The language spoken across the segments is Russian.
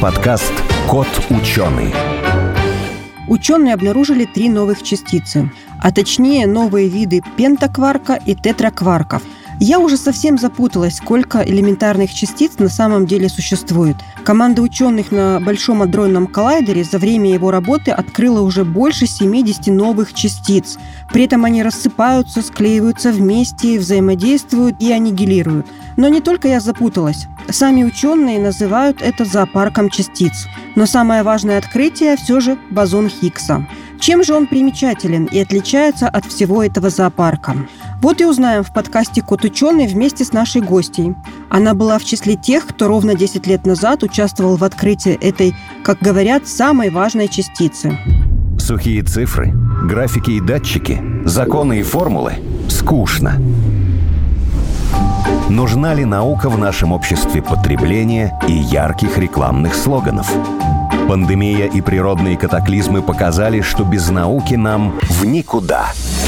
подкаст «Кот ученый». Ученые обнаружили 3 новых частицы, а точнее новые виды пентакварка и тетракварков. Я уже совсем запуталась, сколько элементарных частиц на самом деле существует. Команда ученых на Большом адронном коллайдере за время его работы открыла уже больше 70 новых частиц. При этом они рассыпаются, склеиваются вместе, взаимодействуют и аннигилируют. Но не только я запуталась. Сами ученые называют это зоопарком частиц. Но самое важное открытие все же бозон Хиггса. Чем же он примечателен и отличается от всего этого зоопарка? Вот и узнаем в подкасте «Кот ученый» вместе с нашей гостьей. Она была в числе тех, кто ровно 10 лет назад участвовал в открытии этой, как говорят, самой важной частицы. Сухие цифры, графики и датчики, законы и формулы – скучно. Нужна ли наука в нашем обществе потребления и ярких рекламных слоганов? Пандемия и природные катаклизмы показали, что без науки нам в никуда.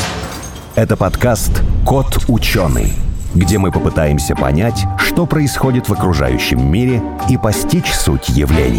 Это подкаст «Кот ученый», где мы попытаемся понять, что происходит в окружающем мире и постичь суть явлений.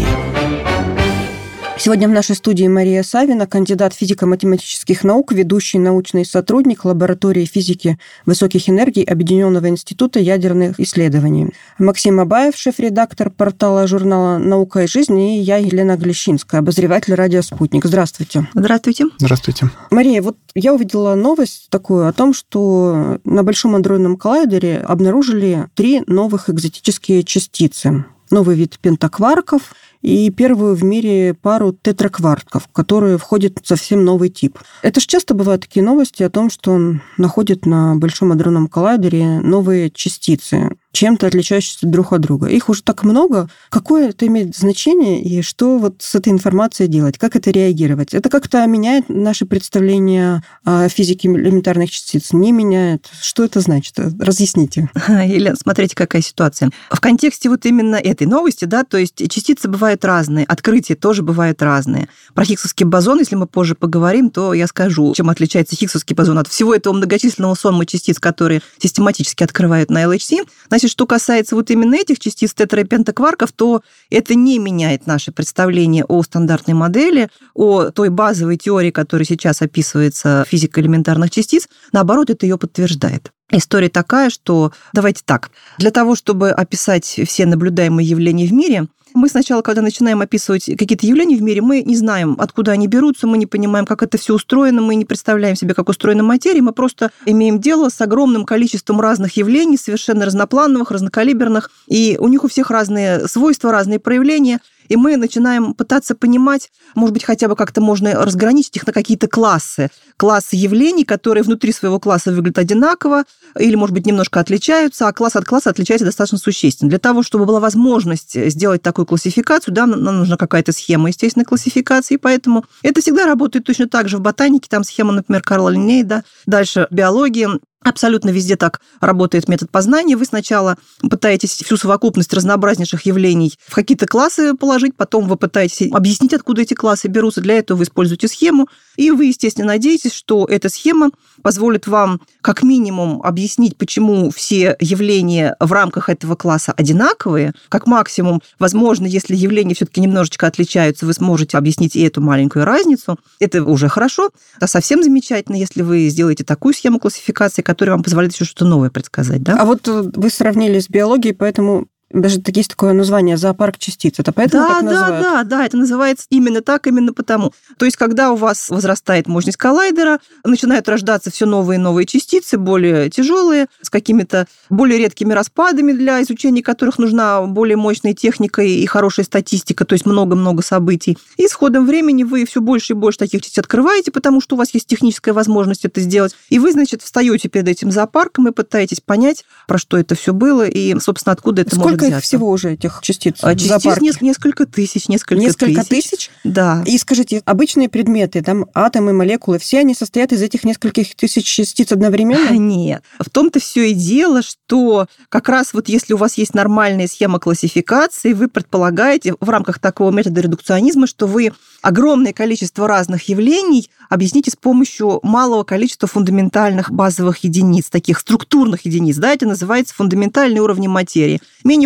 Сегодня в нашей студии Мария Савина, кандидат физико-математических наук, ведущий научный сотрудник лаборатории физики высоких энергий Объединенного института ядерных исследований. Максим Абаев, шеф-редактор портала журнала «Наука и жизнь», и я, Елена Глещинская, обозреватель радио «Спутник». Здравствуйте. Здравствуйте. Здравствуйте. Мария, вот я увидела новость такую о том, что на Большом адронном коллайдере обнаружили 3 новых экзотические частицы. Новый вид пентакварков и первую в мире пару тетракварков, которые входят в совсем новый тип. Это же часто бывают такие новости о том, что находят на Большом адронном коллайдере новые частицы, чем-то отличающиеся друг от друга. Их уже так много. Какое это имеет значение и что вот с этой информацией делать? Как это реагировать? Это как-то меняет наше представление о физике элементарных частиц? Не меняет? Что это значит? Разъясните. Елена, смотрите, какая ситуация. В контексте вот именно этой новости, да, то есть частицы бывают разные, открытия тоже бывают разные. Про хиггсовский бозон, если мы позже поговорим, то я скажу, чем отличается хиггсовский бозон от всего этого многочисленного сонма частиц, которые систематически открывают на LHC. Значит, что касается вот именно этих частиц тетра- и пентакварков, то это не меняет наше представление о стандартной модели, о той базовой теории, которая сейчас описывается физикой элементарных частиц. Наоборот, это ее подтверждает. История такая, что, давайте так, для того, чтобы описать все наблюдаемые явления в мире, мы сначала, когда начинаем описывать какие-то явления в мире, мы не знаем, откуда они берутся, мы не понимаем, как это все устроено, мы не представляем себе, как устроена материя, мы просто имеем дело с огромным количеством разных явлений, совершенно разноплановых, разнокалиберных, и у них у всех разные свойства, разные проявления, и мы начинаем пытаться понимать, может быть, хотя бы как-то можно разграничить их на какие-то классы. Классы явлений, которые внутри своего класса выглядят одинаково или, может быть, немножко отличаются, а класс от класса отличается достаточно существенно. Для того, чтобы была возможность сделать такую классификацию, да, нам нужна какая-то схема, естественно, классификации, поэтому это всегда работает точно так же в ботанике, там схема, например, Карла Линнея, дальше в биологии. Абсолютно везде так работает метод познания. Вы сначала пытаетесь всю совокупность разнообразнейших явлений в какие-то классы положить, потом вы пытаетесь объяснить, откуда эти классы берутся. Для этого вы используете схему, и вы, естественно, надеетесь, что эта схема позволит вам как минимум объяснить, почему все явления в рамках этого класса одинаковые. Как максимум, возможно, если явления все-таки немножечко отличаются, вы сможете объяснить и эту маленькую разницу. Это уже хорошо. Это совсем замечательно, если вы сделаете такую схему классификации, которая вам позволяет еще что-то новое предсказать. Да? А вот вы сравнили с биологией, поэтому даже есть такое название «зоопарк частиц». Это поэтому так называют? Да, это называется именно так, именно потому. То есть, когда у вас возрастает мощность коллайдера, начинают рождаться все новые и новые частицы, более тяжелые, с какими-то более редкими распадами, для изучения которых нужна более мощная техника и хорошая статистика, то есть много-много событий. И с ходом времени вы все больше и больше таких частиц открываете, потому что у вас есть техническая возможность это сделать. И вы, значит, встаете перед этим зоопарком и пытаетесь понять, про что это все было и, собственно, откуда это может Сколько их всего уже, этих частиц? Частиц несколько тысяч. Несколько тысяч? Да. И скажите, обычные предметы, там атомы, молекулы, все они состоят из этих нескольких тысяч частиц одновременно? Нет. В том-то все и дело, что как раз вот если у вас есть нормальная схема классификации, вы предполагаете в рамках такого метода редукционизма, что вы огромное количество разных явлений объясните с помощью малого количества фундаментальных базовых единиц, таких структурных единиц. Да, это называется фундаментальные уровни материи. Менее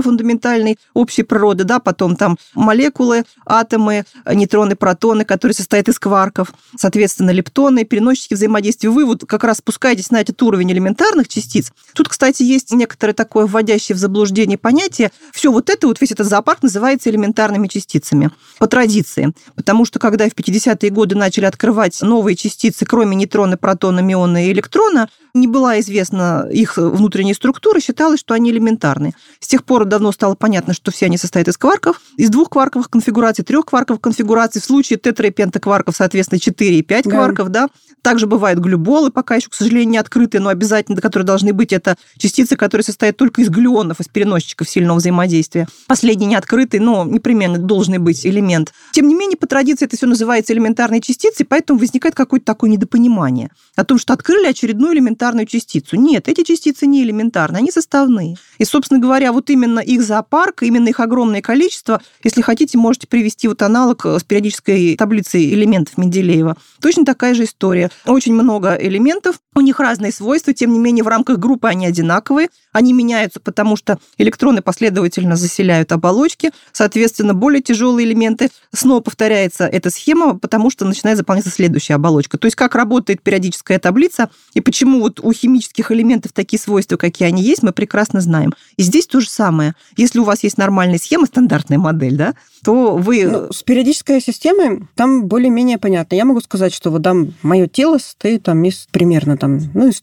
фундаментальной общей природы, да, потом там молекулы, атомы, нейтроны, протоны, которые состоят из кварков, соответственно, лептоны, переносчики взаимодействия. Вы вот как раз спускаетесь на этот уровень элементарных частиц. Тут, кстати, есть некоторое такое вводящее в заблуждение понятие. Все вот это, вот весь этот зоопарк называется элементарными частицами по традиции. Потому что когда в 50-е годы начали открывать новые частицы, кроме нейтрона, протона, миона и электрона, не была известна их внутренняя структура, считалось, что они элементарны. С тех пор давно стало понятно, что все они состоят из кварков, из двухкварковых конфигураций, трехкварковых конфигураций. В случае тетра- и пентакварков, соответственно, 4 и 5 кварков, да. Также бывают глюболы, пока еще, к сожалению, не открытые, но обязательно, которые должны быть, это частицы, которые состоят только из глюонов, из переносчиков сильного взаимодействия. Последние не открытые, но непременно должен быть элемент. Тем не менее, по традиции это все называется элементарной частицей, поэтому возникает какое-то такое недопонимание о том, что открыли очередную элементарную частицу. Нет, эти частицы не элементарные, они составные. И, собственно говоря, вот именно их зоопарк, именно их огромное количество, если хотите, можете привести вот аналог с периодической таблицей элементов Менделеева. Точно такая же история. Очень много элементов, у них разные свойства, тем не менее, в рамках группы они одинаковые. Они меняются, потому что электроны последовательно заселяют оболочки, соответственно, более тяжелые элементы. Снова повторяется эта схема, потому что начинает заполняться следующая оболочка. То есть как работает периодическая таблица и почему вот у химических элементов такие свойства, какие они есть, мы прекрасно знаем. И здесь то же самое. Если у вас есть нормальная схема, стандартная модель, да, то вы... С периодической системой там более-менее понятно. Я могу сказать, что вот там мое тело состоит там из примерно из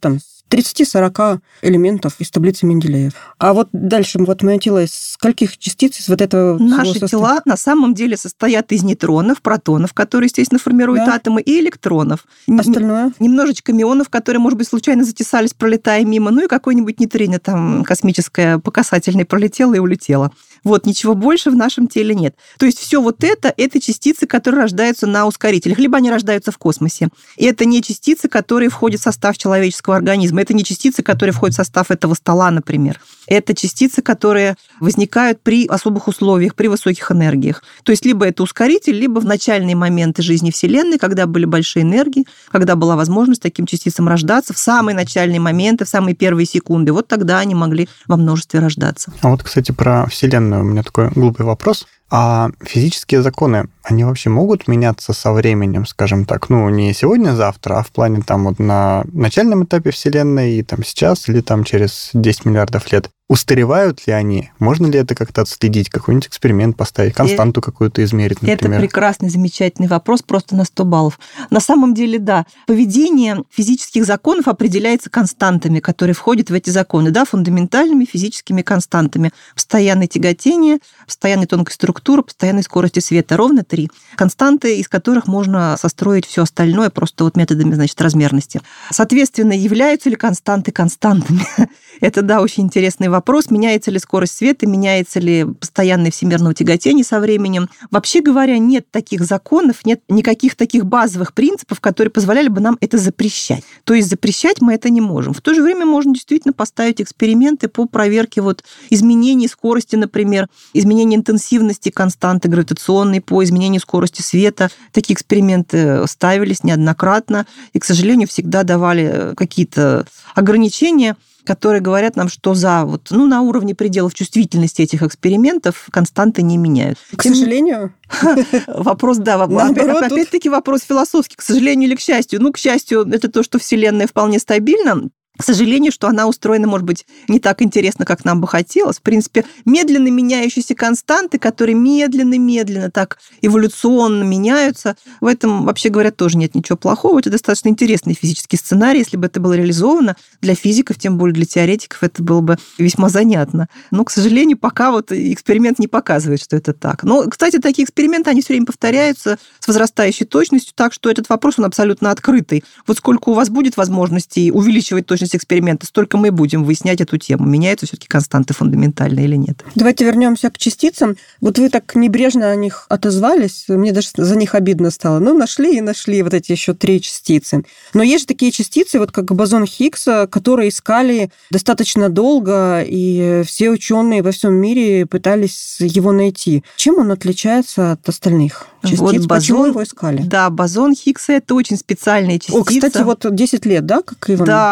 30-40 элементов из таблицы Менделеева. А вот дальше, вот мое тело из скольких частиц из вот этого... Наши тела на самом деле состоят из нейтронов, протонов, которые, естественно, формируют атомы, и электронов. Остальное? Немножечко мионов, которые, может быть, случайно затесались, пролетая мимо, ну и какой-нибудь нейтрино там космическое по касательной пролетело и улетело. Вот, ничего больше в нашем теле нет. То есть все вот это частицы, которые рождаются на ускорителях, либо они рождаются в космосе. И это не частицы, которые входят в состав человеческого организма. Это не частицы, которые входят в состав этого стола, например. Это частицы, которые возникают при особых условиях, при высоких энергиях. То есть либо это ускоритель, либо в начальные моменты жизни Вселенной, когда были большие энергии, когда была возможность таким частицам рождаться, в самые начальные моменты, в самые первые секунды. Вот тогда они могли во множестве рождаться. А вот, кстати, про Вселенную у меня такой глупый вопрос. А физические законы, они вообще могут меняться со временем, скажем так, не сегодня-завтра, а в плане там вот на начальном этапе Вселенной и там сейчас или там через 10 миллиардов лет? Устаревают ли они? Можно ли это как-то отследить? Какой-нибудь эксперимент поставить, константу какую-то измерить, например? Это прекрасный, замечательный вопрос, просто на 100 баллов. На самом деле, да, поведение физических законов определяется константами, которые входят в эти законы, да, фундаментальными физическими константами. Постоянное тяготение, постоянная тонкая структура, постоянной скорости света. Ровно 3 константы, из которых можно состроить все остальное просто вот методами, размерности. Соответственно, являются ли константы константами? Это, да, очень интересный вопрос. Меняется ли скорость света, меняется ли постоянное всемирное тяготение со временем. Вообще говоря, нет таких законов, нет никаких таких базовых принципов, которые позволяли бы нам это запрещать. То есть запрещать мы это не можем. В то же время можно действительно поставить эксперименты по проверке изменений скорости, например, изменения интенсивности константы гравитационной по изменению скорости света. Такие эксперименты ставились неоднократно и, к сожалению, всегда давали какие-то ограничения, которые говорят нам, что на уровне пределов чувствительности этих экспериментов константы не меняют. К сожалению? Вопрос, да. Опять-таки вопрос философский. К сожалению или к счастью? К счастью, это то, что Вселенная вполне стабильна. К сожалению, что она устроена, может быть, не так интересно, как нам бы хотелось. В принципе, медленно меняющиеся константы, которые медленно-медленно так эволюционно меняются, в этом, вообще говоря, тоже нет ничего плохого. Это достаточно интересный физический сценарий. Если бы это было реализовано для физиков, тем более для теоретиков, это было бы весьма занятно. Но, к сожалению, пока эксперимент не показывает, что это так. Но, кстати, такие эксперименты, они все время повторяются с возрастающей точностью, так что этот вопрос, он абсолютно открытый. Вот сколько у вас будет возможностей увеличивать точность эксперимента, столько мы будем выяснять эту тему. Меняются все-таки константы фундаментальные или нет. Давайте вернемся к частицам. Вот вы так небрежно о них отозвались, мне даже за них обидно стало. Нашли вот эти еще 3 частицы. Но есть же такие частицы, как бозон Хиггса, которые искали достаточно долго, и все ученые во всем мире пытались его найти. Чем он отличается от остальных частиц? Почему его искали? Да, бозон Хиггса – это очень специальная частица. Кстати, 10 лет, да, как его? Да, 4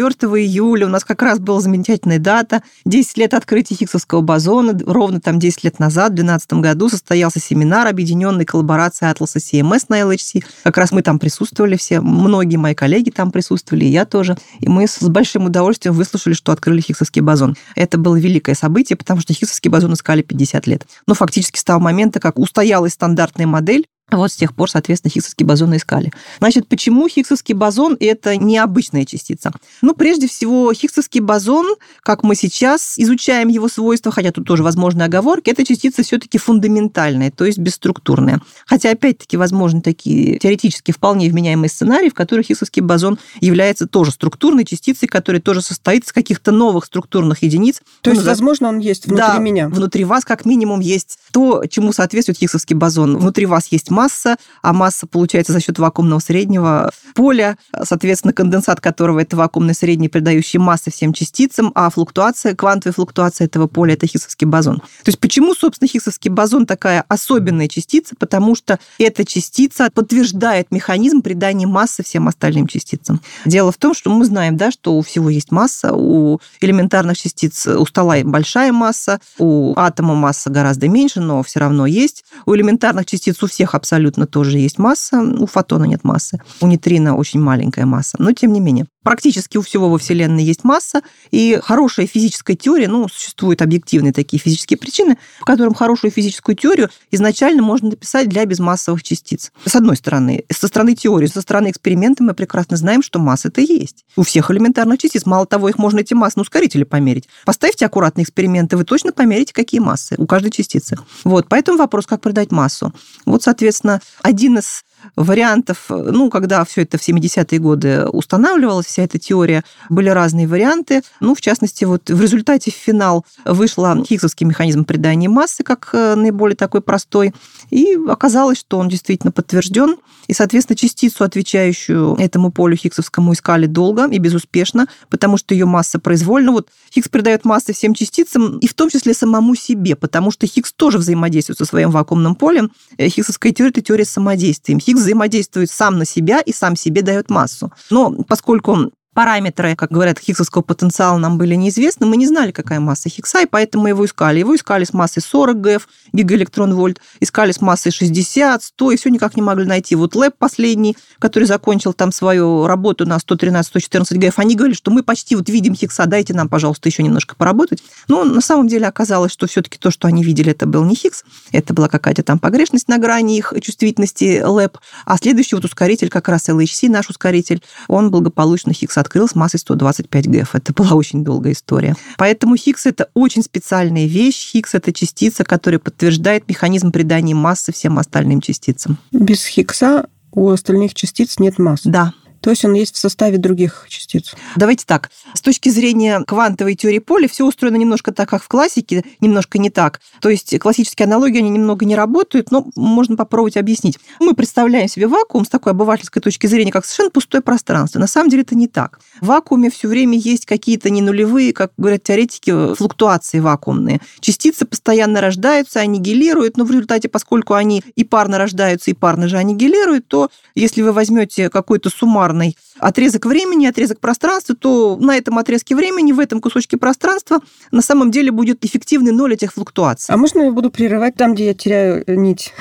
июля у нас как раз была замечательная дата, 10 лет открытия Хиггсовского бозона. Ровно там 10 лет назад, в 2012 году, состоялся семинар объединенной коллаборации Атласа CMS на LHC. Как раз мы там присутствовали все, многие мои коллеги там присутствовали, и я тоже. И мы с большим удовольствием выслушали, что открыли Хиггсовский бозон. Это было великое событие, потому что Хиггсовский бозон искали 50 лет. Но фактически с того момента, как устоялась стандартная модель, вот с тех пор, соответственно, Хиггсовский бозон искали. Значит, почему Хиггсовский бозон – это необычная частица? Ну, прежде всего, Хиггсовский бозон, как мы сейчас изучаем его свойства, хотя тут тоже возможны оговорки, эта частица все-таки фундаментальная, то есть бесструктурная. Хотя, опять-таки, возможны такие теоретически вполне вменяемые сценарии, в которых Хиггсовский бозон является тоже структурной частицей, которая тоже состоит из каких-то новых структурных единиц. То есть, возможно, он есть внутри меня. Внутри вас как минимум есть то, чему соответствует Хиггсовский бозон. Внутри вас есть масса, а масса получается за счет вакуумного среднего поля, соответственно, конденсат которого это вакуумное среднее, придающее массы всем частицам, а флуктуация, квантовая флуктуация этого поля – это Хиггсовский бозон. То есть почему, собственно, Хиггсовский бозон такая особенная частица? Потому что эта частица подтверждает механизм придания массы всем остальным частицам. Дело в том, что мы знаем, да, что у всего есть масса, у элементарных частиц, у стола большая масса, у атома масса гораздо меньше, но все равно есть. У элементарных частиц у всех абсолютно тоже есть масса, у фотона нет массы, у нейтрино очень маленькая масса, но тем не менее. Практически у всего во Вселенной есть масса, и хорошая физическая теория, существуют объективные такие физические причины, по которым хорошую физическую теорию изначально можно написать для безмассовых частиц. С одной стороны, со стороны теории, со стороны эксперимента мы прекрасно знаем, что масса-то есть. У всех элементарных частиц, мало того, их можно эти массы на ускорителе померить. Поставьте аккуратные эксперименты, вы точно померите, какие массы у каждой частицы. Вот, поэтому вопрос, как придать массу. Вот, соответственно, один из вариантов, когда все это в 70-е годы устанавливалось, вся эта теория, были разные варианты. В частности, вот в результате в финал вышла Хиггсовский механизм придания массы как наиболее такой простой, и оказалось, что он действительно подтвержден. И, соответственно, частицу, отвечающую этому полю хиггсовскому, искали долго и безуспешно, потому что ее масса произвольна. Вот Хиггс придает массы всем частицам, и в том числе самому себе, потому что Хиггс тоже взаимодействует со своим вакуумным полем. Хиггсовская теория – это теория с самодействием. Хиггс взаимодействует сам на себя и сам себе дает массу. Но поскольку параметры, как говорят, хиггсовского потенциала нам были неизвестны, мы не знали, какая масса Хиггса, и поэтому мы его искали. Его искали с массой 40 ГФ, гигаэлектрон-вольт, искали с массой 60, 100, и все никак не могли найти. Вот Лэб последний, который закончил там свою работу на 113-114 ГФ, они говорили, что мы почти видим Хиггса, дайте нам, пожалуйста, еще немножко поработать. Но на самом деле оказалось, что все-таки то, что они видели, это был не Хиггс, это была какая-то там погрешность на грани их чувствительности Лэб, а следующий ускоритель, как раз LHC, наш ускоритель, он благополучно Хиггс открыл с массой 125 ГФ. Это была очень долгая история. Поэтому Хиггс – это очень специальная вещь. Хиггс – это частица, которая подтверждает механизм придания массы всем остальным частицам. Без Хиггса у остальных частиц нет массы? Да. То есть он есть в составе других частиц? Давайте так. С точки зрения квантовой теории поля все устроено немножко так, как в классике, немножко не так. То есть классические аналогии, они немного не работают, но можно попробовать объяснить. Мы представляем себе вакуум с такой обывательской точки зрения, как совершенно пустое пространство. На самом деле это не так. В вакууме все время есть какие-то ненулевые, как говорят теоретики, флуктуации вакуумные. Частицы постоянно рождаются, аннигилируют, но в результате, поскольку они и парно рождаются, и парно же аннигилируют, то если вы возьмете какой-то суммарный отрезок времени, отрезок пространства, то на этом отрезке времени, в этом кусочке пространства на самом деле будет эффективный ноль этих флуктуаций. А можно я буду прерывать там, где я теряю нить?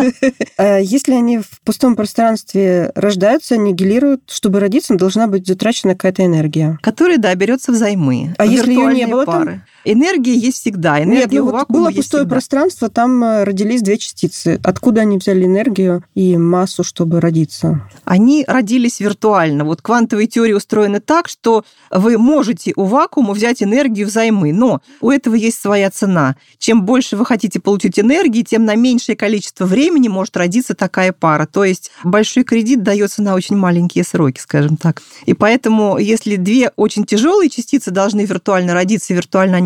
Если они в пустом пространстве рождаются, аннигилируют, чтобы родиться, должна быть затрачена какая-то энергия. Которая, да, берется взаймы. А если ее не было там? Энергия есть всегда. Энергия в вакууме было есть пустое всегда. пространство, там родились две частицы. Откуда они взяли энергию и массу, чтобы родиться? Они родились виртуально. Вот квантовая теория устроена так, что вы можете у вакуума взять энергию взаймы, но у этого есть своя цена. Чем больше вы хотите получить энергии, тем на меньшее количество времени может родиться такая пара. То есть большой кредит дается на очень маленькие сроки, скажем так. И поэтому, если две очень тяжелые частицы должны виртуально родиться и виртуально аннигилироваться,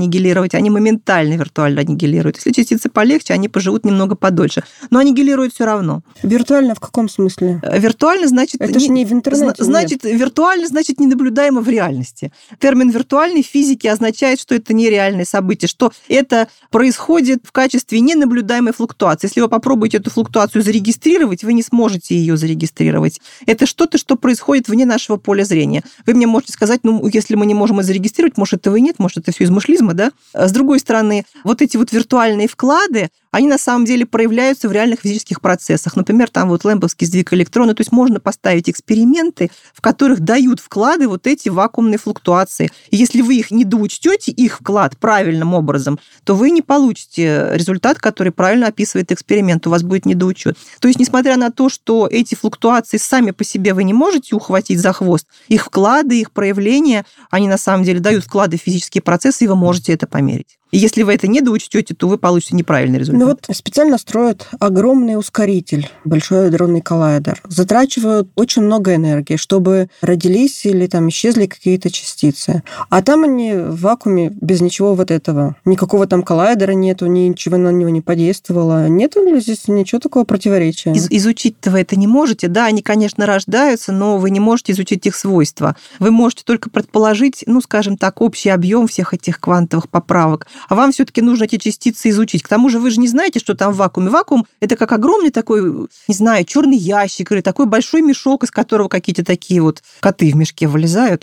аннигилировать, они моментально виртуально аннигилируют. Если частицы полегче, они поживут немного подольше. Но аннигилируют все равно. Виртуально в каком смысле? Виртуально значит... Это же не в интернете. Значит, виртуально значит ненаблюдаемо в реальности. Термин «виртуальный» в физике означает, что это нереальное событие, что это происходит в качестве ненаблюдаемой флуктуации. Если вы попробуете эту флуктуацию зарегистрировать, вы не сможете ее зарегистрировать. Это что-то, что происходит вне нашего поля зрения. Вы мне можете сказать, если мы не можем это зарегистрировать, может, этого и нет, может, это все из мышлизма, да? С другой стороны, вот эти вот виртуальные вклады, они на самом деле проявляются в реальных физических процессах. Например, там вот лэмповский сдвиг электрона. То есть можно поставить эксперименты, в которых дают вклады вот эти вакуумные флуктуации. И если вы их не доучтете, их вклад правильным образом, то вы не получите результат, который правильно описывает эксперимент. У вас будет недоучет. То есть, несмотря на то, что эти флуктуации сами по себе вы не можете ухватить за хвост, их вклады, их проявления, они на самом деле дают вклады в физические процессы, и вы можете это померить. И если вы это не доучтете, то вы получите неправильный результат. Ну вот специально строят огромный ускоритель, большой адронный коллайдер. Затрачивают очень много энергии, чтобы родились или там исчезли какие-то частицы. А там они в вакууме без ничего вот этого. Никакого там коллайдера нету, ничего на него не подействовало. Нету ли здесь ничего такого противоречия? Изучить-то вы это не можете. Да, они, конечно, рождаются, но вы не можете изучить их свойства. Вы можете только предположить, скажем так, общий объем всех этих квантовых поправок. А вам все-таки нужно эти частицы изучить. К тому же вы же не знаете, что там в вакууме. Вакуум – это как огромный такой, не знаю, черный ящик или такой большой мешок, из которого какие-то такие вот коты в мешке вылезают.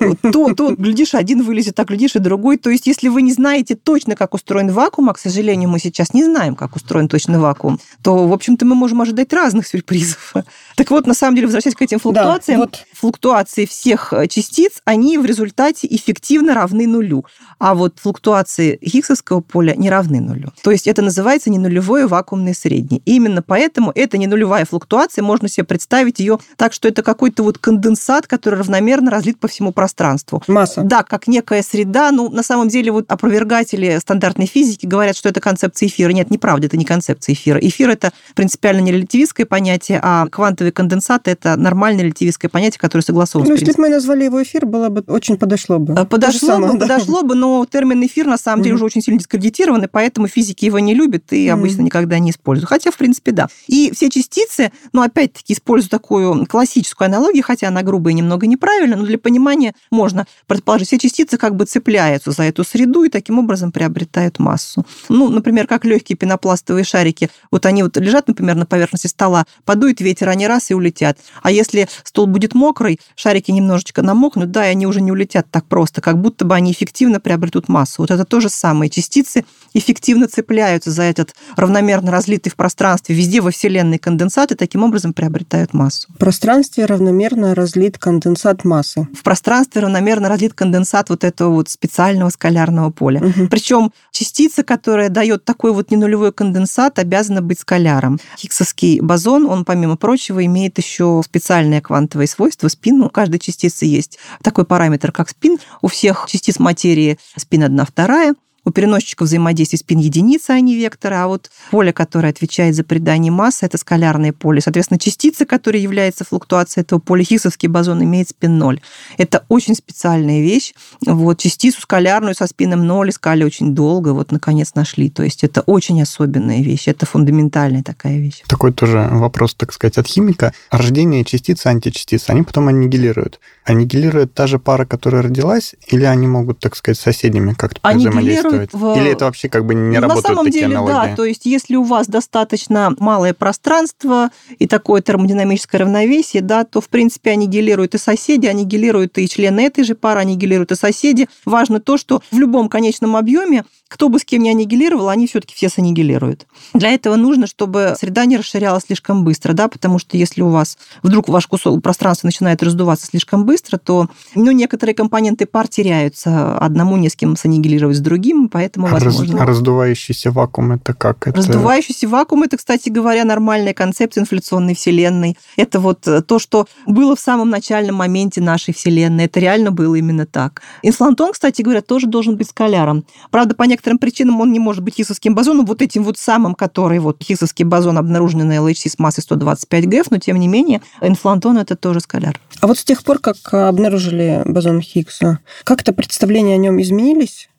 То, глядишь, один вылезет, так глядишь, и другой. То есть, если вы не знаете точно, как устроен вакуум, а, к сожалению, мы сейчас не знаем, как устроен точно вакуум, то, в общем-то, мы можем ожидать разных сюрпризов. Так вот, на самом деле, возвращаясь к этим флуктуациям, да, вот. Флуктуации всех частиц, они в результате эффективно равны нулю. А вот флуктуации Хиггсовского поля не равны нулю. То есть это называется ненулевое вакуумное среднее. И именно поэтому это ненулевая флуктуация, можно себе представить ее так, что это какой-то вот конденсат, который равномерно разлит по всему пространству. Масса. Да, как некая среда. На самом деле вот опровергатели стандартной физики говорят, что это концепция эфира. Нет, неправда, это не концепция эфира. Эфир – это принципиально не релятивистское понятие, а квантовый конденсат – это нормальное релятивистское понятие, которое согласовано с принципом. Если бы мы назвали его эфир, было бы очень подошло бы. Подошло бы, но термин эфир на самом деле уже очень сильно дискредитирован, и поэтому физики его не любят и обычно никогда не используют. Хотя, в принципе, да. И все частицы, опять-таки, использую такую классическую аналогию, хотя она грубая и немного неправильная, но для понимания можно предположить, все частицы как бы цепляются за эту среду и таким образом приобретают массу. Например, как легкие пенопластовые шарики. Вот они вот лежат, например, на поверхности стола, подует ветер, они раз и улетят. А если стол будет мокрый, шарики немножечко намокнут, да, и они уже не улетят так просто, как будто бы они эффективно приобретут массу. Вот это то же самое. Частицы эффективно цепляются за этот равномерно разлитый в пространстве везде во Вселенной конденсат и таким образом приобретают массу. В пространстве равномерно разлит конденсат массы. В пространстве равномерно разлит конденсат вот этого вот специального скалярного поля. Причем частица, которая дает такой вот ненулевой конденсат, обязана быть скаляром. Хиггсовский бозон, он, помимо прочего, имеет еще специальное квантовое свойство спин. У каждой частицы есть такой параметр, как спин. У всех частиц материи спин 1/2. У переносчиков взаимодействия спин единица, а не векторы, а вот поле, которое отвечает за придание массы, это скалярное поле. Соответственно, частица, которая является флуктуацией этого поля, Хиггсовский бозон, имеет спин 0. Это очень специальная вещь. Вот частицу скалярную со спином 0 искали очень долго, вот наконец нашли. То есть это очень особенная вещь, это фундаментальная такая вещь. Такой тоже вопрос, так сказать, от химика. Рождение частицы, античастиц, они потом аннигилируют. Аннигилирует та же пара, которая родилась, или они могут, так сказать, с соседями как-то взаимодействовать? Или это вообще как бы не работают такие аналогии? На самом деле, да. То есть если у вас достаточно малое пространство и такое термодинамическое равновесие, да, то, в принципе, аннигилируют и соседи, аннигилируют и члены этой же пары, аннигилируют и соседи. Важно то, что в любом конечном объеме, кто бы с кем ни аннигилировал, они все-таки все саннигилируют. Для этого нужно, чтобы среда не расширялась слишком быстро, да, потому что если у вас вдруг ваш кусок пространства начинает раздуваться слишком быстро, то некоторые компоненты пар теряются. Одному не с кем саннигилировать с другим, поэтому возможно. Раздувающийся вакуум – это как? Раздувающийся вакуум – это, кстати говоря, нормальная концепция инфляционной Вселенной. Это вот то, что было в самом начальном моменте нашей Вселенной. Это реально было именно так. Инфлантон, кстати говоря, тоже должен быть скаляром. Правда, по некоторым причинам он не может быть Хиггсовским бозоном, вот этим вот самым, который вот Хиггсовский бозон, обнаруженный на LHC с массой 125 ГeV, но тем не менее инфлантон – это тоже скаляр. А вот с тех пор, как обнаружили бозон Хиггса, как-то представления о нем изменились?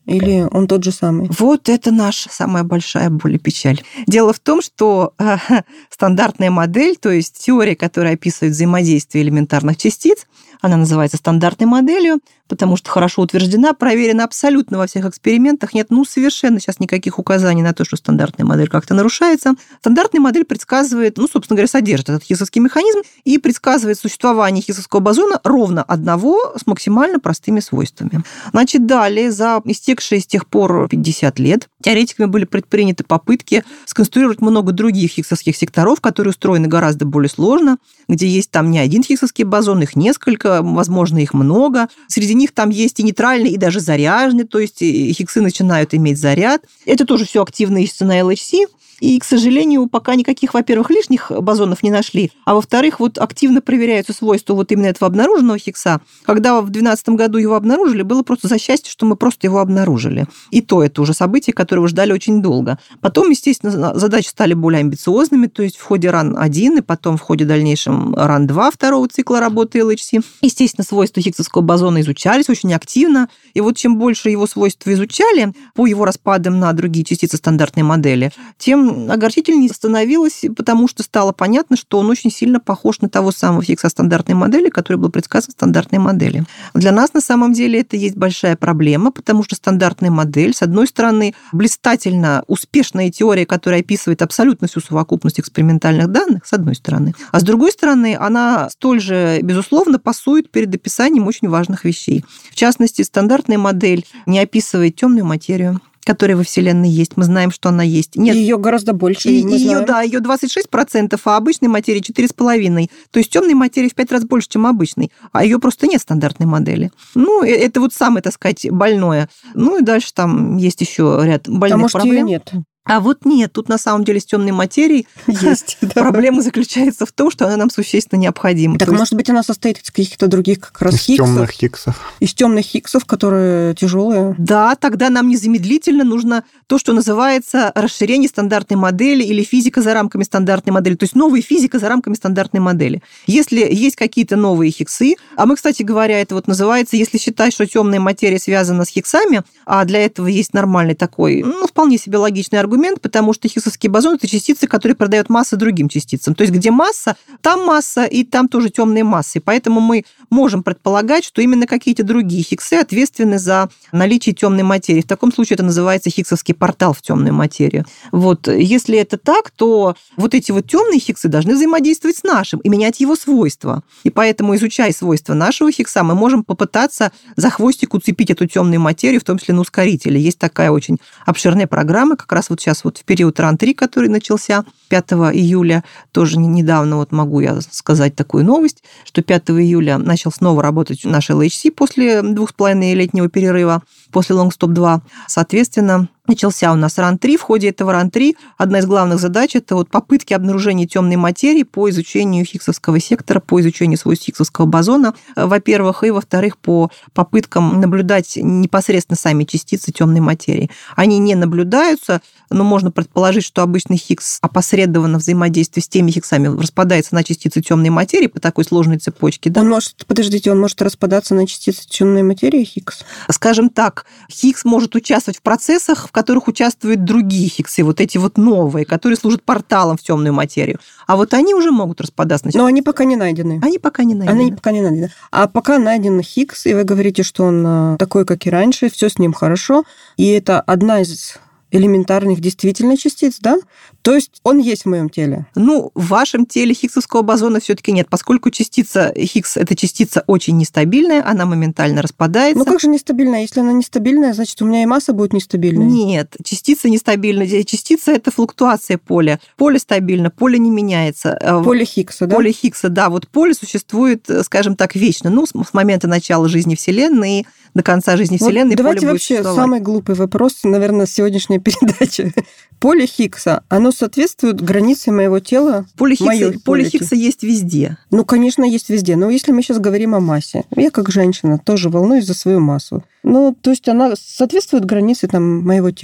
Или он тот же самый? Вот это наша самая большая боль и печаль. Дело в том, что стандартная модель, то есть теория, которая описывает взаимодействие элементарных частиц, она называется стандартной моделью, потому что хорошо утверждена, проверена абсолютно во всех экспериментах. Нет, совершенно сейчас никаких указаний на то, что стандартная модель как-то нарушается. Стандартная модель предсказывает, собственно говоря, содержит этот хиггсовский механизм и предсказывает существование хиггсовского бозона ровно одного с максимально простыми свойствами. Значит, далее, за истекшие с тех пор 50 лет, теоретиками были предприняты попытки сконструировать много других хиггсовских секторов, которые устроены гораздо более сложно, где есть там не один хиггсовский бозон, их несколько, возможно, их много. Среди них там есть и нейтральный, и даже заряженный, то есть хиггсы начинают иметь заряд. Это тоже все активно ищется на LHC. И, к сожалению, пока никаких, во-первых, лишних бозонов не нашли, а во-вторых, активно проверяются свойства именно этого обнаруженного хиггса. Когда в 2012 году его обнаружили, было просто за счастье, что мы просто его обнаружили. И то это уже событие, которое вы ждали очень долго. Потом, естественно, задачи стали более амбициозными, то есть в ходе RAN-1 и потом в ходе дальнейшем RAN-2 второго цикла работы LHC. Естественно, свойства хиггсовского бозона изучались очень активно. И чем больше его свойства изучали по его распадам на другие частицы стандартной модели, тем огорчительнее становилось, потому что стало понятно, что он очень сильно похож на того самого хиггса стандартной модели, который был предсказан в стандартной модели. Для нас, на самом деле, это есть большая проблема, потому что стандартная модель, с одной стороны, блистательно успешная теория, которая описывает абсолютно всю совокупность экспериментальных данных, с одной стороны, а с другой стороны, она столь же, безусловно, пасует перед описанием очень важных вещей. В частности, стандартная модель не описывает темную материю, которая во Вселенной есть. Мы знаем, что она есть. Нет. Ее гораздо больше. Ее 26%, а обычной материи 4,5%. То есть темной материи в 5 раз больше, чем обычной. А ее просто нет в стандартной модели. Это самое, так сказать, больное. И дальше там есть еще ряд больных проблем. Ее нет. А нет, тут на самом деле с темной материей есть. Проблема заключается в том, что она нам существенно необходима. Так, может быть, она состоит из каких-то других как раз хиггсов? Из темных хиггсов. Из темных хиггсов, которые тяжелые. Да, тогда нам незамедлительно нужно то, что называется расширение стандартной модели или физика за рамками стандартной модели, то есть новая физика за рамками стандартной модели. Если есть какие-то новые хиггсы, а мы, кстати говоря, это называется, если считать, что темная материя связана с хиггсами, а для этого есть нормальный такой, вполне себе логичный аргумент, потому что хиггсовский бозон – это частицы, которые придают массу другим частицам. То есть где масса, и там тоже темные массы. Поэтому мы можем предполагать, что именно какие-то другие хиггсы ответственны за наличие темной материи. В таком случае это называется хиггсовский портал в темную материю. Если это так, то эти темные хиггсы должны взаимодействовать с нашим и менять его свойства. И поэтому, изучая свойства нашего хиггса, мы можем попытаться за хвостик уцепить эту темную материю, в том числе на ускорителе. Есть такая очень обширная программа, как раз сейчас в период RAN-3, который начался 5 июля, тоже недавно могу я сказать такую новость, что 5 июля начал снова работать наш LHC после 2,5-летнего перерыва, после Longstop 2. Соответственно, начался у нас RAN-3. В ходе этого RAN-3 одна из главных задач – это попытки обнаружения темной материи по изучению хиггсовского сектора, по изучению свойств хиггсовского бозона, во-первых, и, во-вторых, по попыткам наблюдать непосредственно сами частицы темной материи. Они не наблюдаются, но можно предположить, что обычный хиггс опосредованно взаимодействие с теми хиггсами распадается на частицы темной материи по такой сложной цепочке. Да? Он может распадаться на частицы темной материи, хиггс? Скажем так, хиггс может участвовать в процессах, в которых участвуют другие хиггсы, эти новые, которые служат порталом в темную материю. А они уже могут распадаться. Но они пока не найдены. Они пока не найдены. А пока найден хиггс, и вы говорите, что он такой, как и раньше, все с ним хорошо, и это одна из элементарных действительно частиц, да? То есть он есть в моем теле? В вашем теле хиггсовского бозона все-таки нет, поскольку частица Хиггс – это частица очень нестабильная, она моментально распадается. Как же нестабильная? Если она нестабильная, значит, у меня и масса будет нестабильной. Нет, частица нестабильная. Частица – это флуктуация поля. Поле стабильно, поле не меняется. Поле Хиггса, да? Поле Хиггса, да. Поле существует, скажем так, вечно. С момента начала жизни Вселенной и до конца жизни Вселенной поле будет существовать. Давайте вообще самый глупый вопрос, наверное, сегодняшней передачи. Поле Хиггса, оно соответствует границе моего тела? Поле Хиггса есть везде. Конечно, есть везде. Но если мы сейчас говорим о массе, я как женщина тоже волнуюсь за свою массу. То есть она соответствует границе моего тела.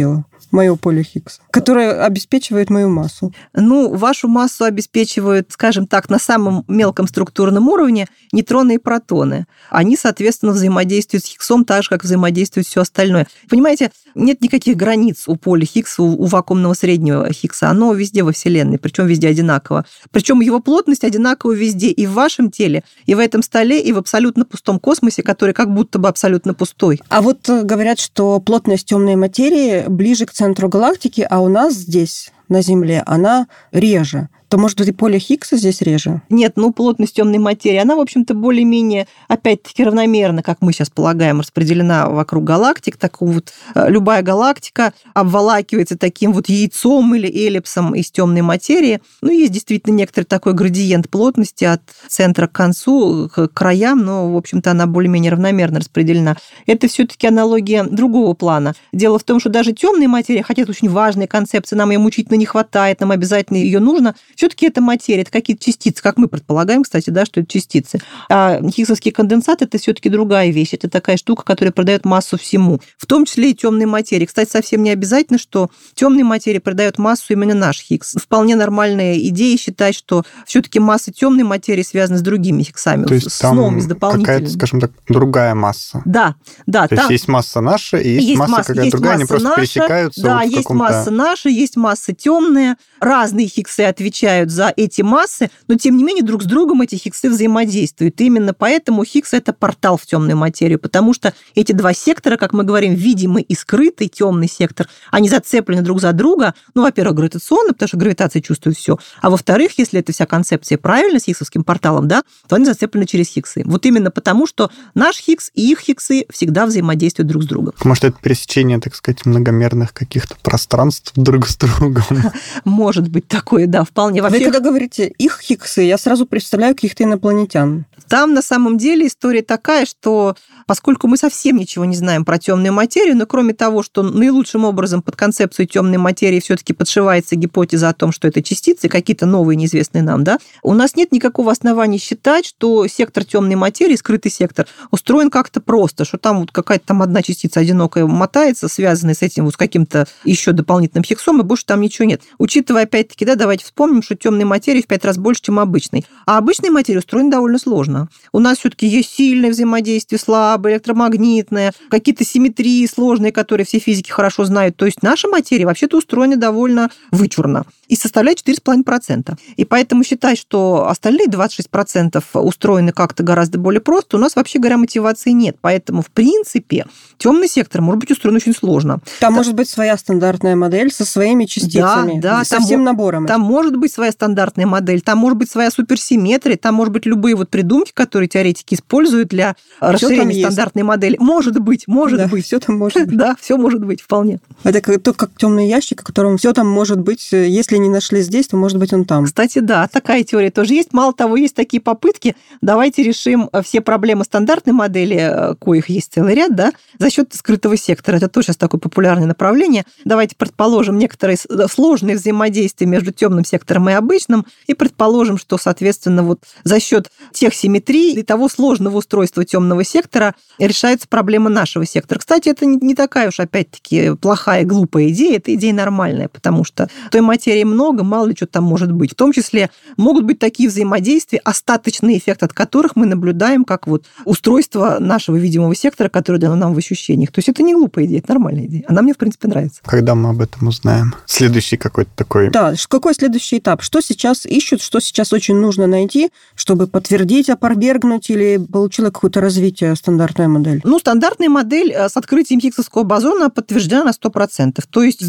мое поле Хиггса, которое обеспечивает мою массу? Ну, вашу массу обеспечивают, скажем так, на самом мелком структурном уровне нейтроны и протоны. Они, соответственно, взаимодействуют с Хиггсом так же, как взаимодействует все остальное. Понимаете, нет никаких границ у поля Хиггса, у вакуумного среднего Хиггса. Оно везде во Вселенной, причем везде одинаково. Причем его плотность одинакова везде, и в вашем теле, и в этом столе, и в абсолютно пустом космосе, который как будто бы абсолютно пустой. А вот говорят, что плотность темной материи ближе к центру галактики, а у нас здесь, на Земле, она реже. То, может быть, и поле Хиггса здесь реже? Нет, плотность темной материи, она, в общем-то, более-менее, опять-таки, равномерно, как мы сейчас полагаем, распределена вокруг галактик. Так вот, любая галактика обволакивается таким вот яйцом или эллипсом из темной материи. Есть действительно некоторый такой градиент плотности от центра к концу, к краям, но, в общем-то, она более-менее равномерно распределена. Это все-таки аналогия другого плана. Дело в том, что даже темная материя, хотя это очень важная концепция, нам ее мучительно не хватает, нам обязательно ее нужно, все-таки это материя, это какие-то частицы, как мы предполагаем, кстати, да, что это частицы. А хиггсовский конденсат – это все-таки другая вещь, это такая штука, которая придает массу всему, в том числе и темной материи. Кстати, совсем не обязательно, что темной материи придает массу именно наш Хиггс. Вполне нормальная идея считать, что все-таки масса темной материи связана с другими Хиггсами, то есть с новыми, с дополнительными. Какая-то, скажем так, другая масса. Да. То есть есть масса наша, и есть масса какая-то другая, они просто пересекаются. Да, есть масса наша, есть масса темная. Разные Хиггсы отвечают за эти массы, но, тем не менее, друг с другом эти Хиггсы взаимодействуют. И именно поэтому Хиггс – это портал в темную материю, потому что эти два сектора, как мы говорим, видимый и скрытый темный сектор, они зацеплены друг за друга. Во-первых, гравитационно, потому что гравитация чувствует все. А во-вторых, если эта вся концепция правильна с хиггсовским порталом, да, то они зацеплены через Хиггсы. Вот именно потому, что наш Хиггс и их Хиггсы всегда взаимодействуют друг с другом. Может, это пересечение, так сказать, многомерных каких-то пространств друг с другом? Может быть такое, да, вполне. Вы когда говорите их Хиггсы, я сразу представляю каких-то инопланетян. Там, на самом деле, история такая, что поскольку мы совсем ничего не знаем про темную материю, но кроме того, что наилучшим образом под концепцию темной материи все-таки подшивается гипотеза о том, что это частицы, какие-то новые, неизвестные нам, да, у нас нет никакого основания считать, что сектор темной материи, скрытый сектор, устроен как-то просто, что там вот какая-то там одна частица одинокая мотается, связанная с этим вот с каким-то еще дополнительным Хиггсом, и больше там ничего нет. Учитывая, опять-таки, да, давайте вспомним, что темной материи в 5 раз больше, чем обычной. А обычная материя устроена довольно сложно. У нас все-таки есть сильное взаимодействие, слабое, электромагнитное, какие-то симметрии сложные, которые все физики хорошо знают. То есть наша материя вообще-то устроена довольно вычурно и составляет 4,5%. И поэтому считать, что остальные 26% устроены как-то гораздо более просто, у нас, вообще говоря, мотивации нет. Поэтому, в принципе, темный сектор может быть устроен очень сложно. Там может быть своя стандартная модель со своими частицами, да, со всем набором. Там может быть своя стандартная модель, там может быть своя суперсимметрия, там может быть любые вот придумки, которые теоретики используют для расширения стандартной модели. Может быть. Все там может быть. Да, все может быть, вполне. Это как темный ящик, в котором все там может быть. Если не нашли здесь, то, может быть, он там. Кстати, да, такая теория тоже есть. Мало того, есть такие попытки. Давайте решим все проблемы стандартной модели, коих есть целый ряд, да, за счет скрытого сектора. Это тоже сейчас такое популярное направление. Давайте предположим некоторые сложные взаимодействия между темным сектором и обычным, и предположим, что, соответственно, вот за счет тех симметрий и того сложного устройства темного сектора решается проблема нашего сектора. Кстати, это не такая уж, опять-таки, плохая, глупая идея, это идея нормальная, потому что той материи много, мало ли что там может быть. В том числе могут быть такие взаимодействия, остаточный эффект от которых мы наблюдаем как вот устройство нашего видимого сектора, которое дано нам в ощущениях. То есть это не глупая идея, это нормальная идея. Она мне, в принципе, нравится. Когда мы об этом узнаем? Следующий какой-то такой... Да, какой следующий этап? Что сейчас ищут, что сейчас очень нужно найти, чтобы подтвердить, опровергнуть или получила какое-то развитие стандартная модель? Стандартная модель с открытием Хиггсовского бозона подтверждена на 100%. То есть с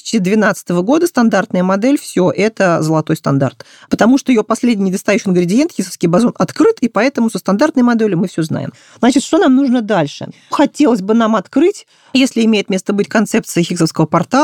2012 года стандартная модель, все, это золотой стандарт. Потому что ее последний недостающий ингредиент, Хиггсовский бозон, открыт, и поэтому со стандартной моделью мы все знаем. Значит, что нам нужно дальше? Хотелось бы нам открыть, если имеет место быть концепция Хиггсовского портала,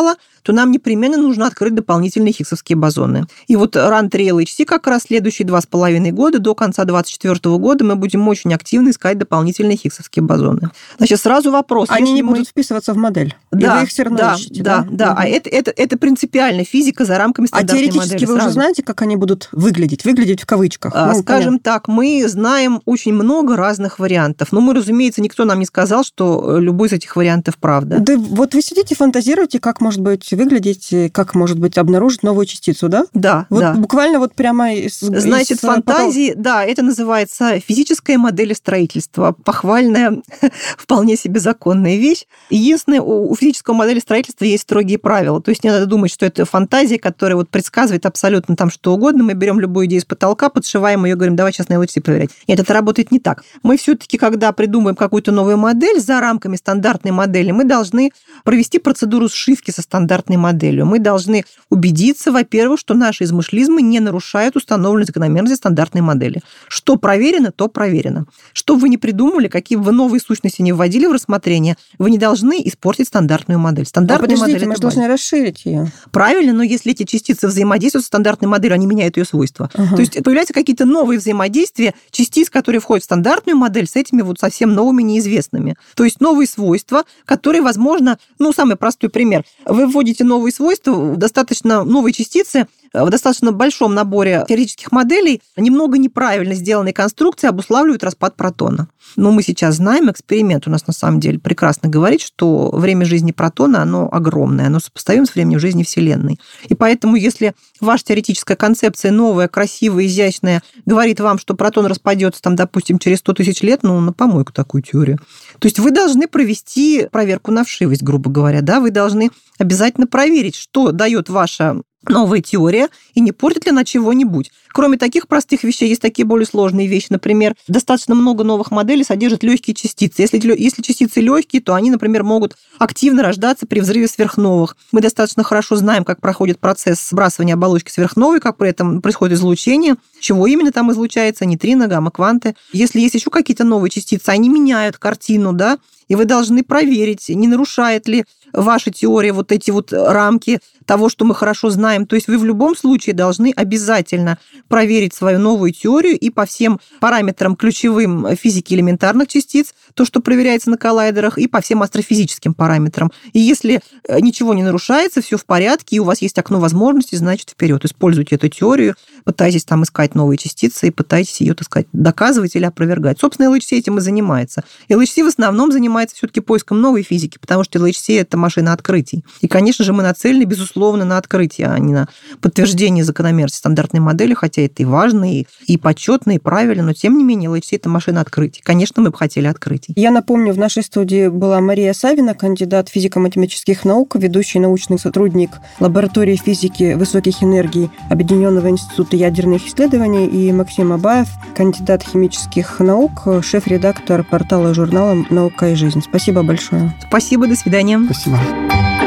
то нам непременно нужно открыть дополнительные хиггсовские бозоны. И вот Run 3 LHC как раз следующие 2,5 года, до конца 2024 года, мы будем очень активно искать дополнительные хиггсовские бозоны. Значит, сразу вопрос. Они не будут вписываться в модель? Да, и вы их все равно ищете, да? А это принципиально физика за рамками стандартной модели. А теоретически вы уже знаете, как они будут выглядеть? Выглядеть в кавычках. Скажем так, мы знаем очень много разных вариантов. Но мы, разумеется, никто нам не сказал, что любой из этих вариантов правда. Да, вот вы сидите, фантазируете, как может быть выглядеть, как может быть обнаружить новую частицу, да? Да, вот да. Буквально вот прямо Значит, фантазии, да, это называется физическое моделестроительство. Похвальная, вполне себе законная вещь. Единственное, у физического моделестроительства есть строгие правила. То есть не надо думать, что это фантазия, которая вот предсказывает абсолютно там что угодно. Мы берем любую идею с потолка, подшиваем ее, говорим, давай сейчас на LHC проверять. Нет, это работает не так. Мы все-таки, когда придумаем какую-то новую модель за рамками стандартной модели, мы должны провести процедуру сшивки со стандартной моделью. Мы должны убедиться, во-первых, что наши измышлизмы не нарушают установленные закономерности стандартной модели. Что проверено, то проверено. Что бы вы ни придумали, какие бы вы новые сущности не вводили в рассмотрение, вы не должны испортить стандартную модель. Стандартная модель мы же должны расширить ее. Правильно, но если эти частицы взаимодействуют с стандартной моделью, они меняют ее свойства. То есть появляются какие-то новые взаимодействия частиц, которые входят в стандартную модель, с этими вот совсем новыми, неизвестными. То есть новые свойства, которые, возможно, самый простой пример. Вы вводите новые свойства, достаточно новые частицы, в достаточно большом наборе теоретических моделей немного неправильно сделанные конструкции обуславливают распад протона. Но мы сейчас знаем, эксперимент у нас на самом деле прекрасно говорит, что время жизни протона, оно огромное, оно сопоставимо с временем жизни Вселенной. И поэтому, если ваша теоретическая концепция новая, красивая, изящная, говорит вам, что протон распадется, там, допустим, через 100 тысяч лет, на помойку такую теорию. То есть вы должны провести проверку на вшивость, грубо говоря, да, вы должны обязательно проверить, что дает ваша новая теория, и не портит ли она чего-нибудь. Кроме таких простых вещей, есть такие более сложные вещи. Например, достаточно много новых моделей содержат легкие частицы. Если частицы легкие, то они, например, могут активно рождаться при взрыве сверхновых. Мы достаточно хорошо знаем, как проходит процесс сбрасывания оболочки сверхновой, как при этом происходит излучение, чего именно там излучается, нейтрино, гамма-кванты. Если есть еще какие-то новые частицы, они меняют картину, да, и вы должны проверить, не нарушает ли ваша теория вот эти вот рамки того, что мы хорошо знаем. То есть вы в любом случае должны обязательно проверить свою новую теорию и по всем параметрам ключевым физики элементарных частиц, то, что проверяется на коллайдерах, и по всем астрофизическим параметрам. И если ничего не нарушается, все в порядке, и у вас есть окно возможностей, значит, вперед. Используйте эту теорию, пытайтесь там искать новые частицы и пытайтесь ее, так сказать, доказывать или опровергать. Собственно, LHC этим и занимается. LHC в основном занимается все-таки поиском новой физики, потому что LHC – это машина открытий. И, конечно же, мы нацелены, безусловно, на открытие, а не на подтверждение закономерности стандартной модели, хотя это и важно, и почетно, и правильно, но, тем не менее, LHC – это машина открытий. Конечно, мы бы хотели открытий. Я напомню, в нашей студии была Мария Савина, кандидат физико-математических наук, ведущий научный сотрудник лаборатории физики высоких энергий Объединенного института ядерных исследований, и Максим Абаев, кандидат химических наук, шеф-редактор портала и журнала «Наука и жизнь». Спасибо большое. Спасибо, до свидания. Спасибо.